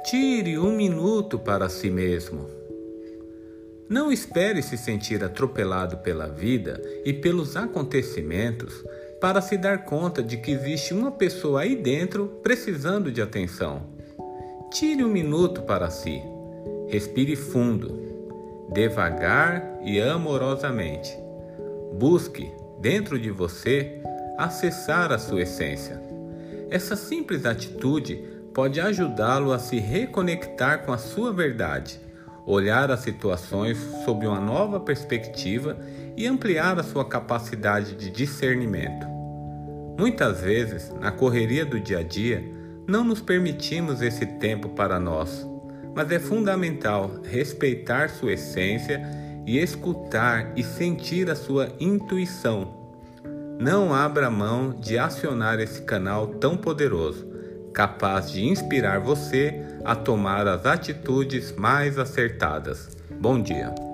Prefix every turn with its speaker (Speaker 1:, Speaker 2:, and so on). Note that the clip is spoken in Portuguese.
Speaker 1: Tire um minuto para si mesmo. Não espere se sentir atropelado pela vida e pelos acontecimentos para se dar conta de que existe uma pessoa aí dentro precisando de atenção. Tire um minuto para si. Respire fundo, devagar e amorosamente. Busque, dentro de você, acessar a sua essência. Essa simples atitude pode ajudá-lo a se reconectar com a sua verdade, olhar as situações sob uma nova perspectiva e ampliar a sua capacidade de discernimento. Muitas vezes, na correria do dia a dia, não nos permitimos esse tempo para nós, mas é fundamental respeitar sua essência e escutar e sentir a sua intuição. Não abra mão de acionar esse canal tão poderoso, capaz de inspirar você a tomar as atitudes mais acertadas. Bom dia!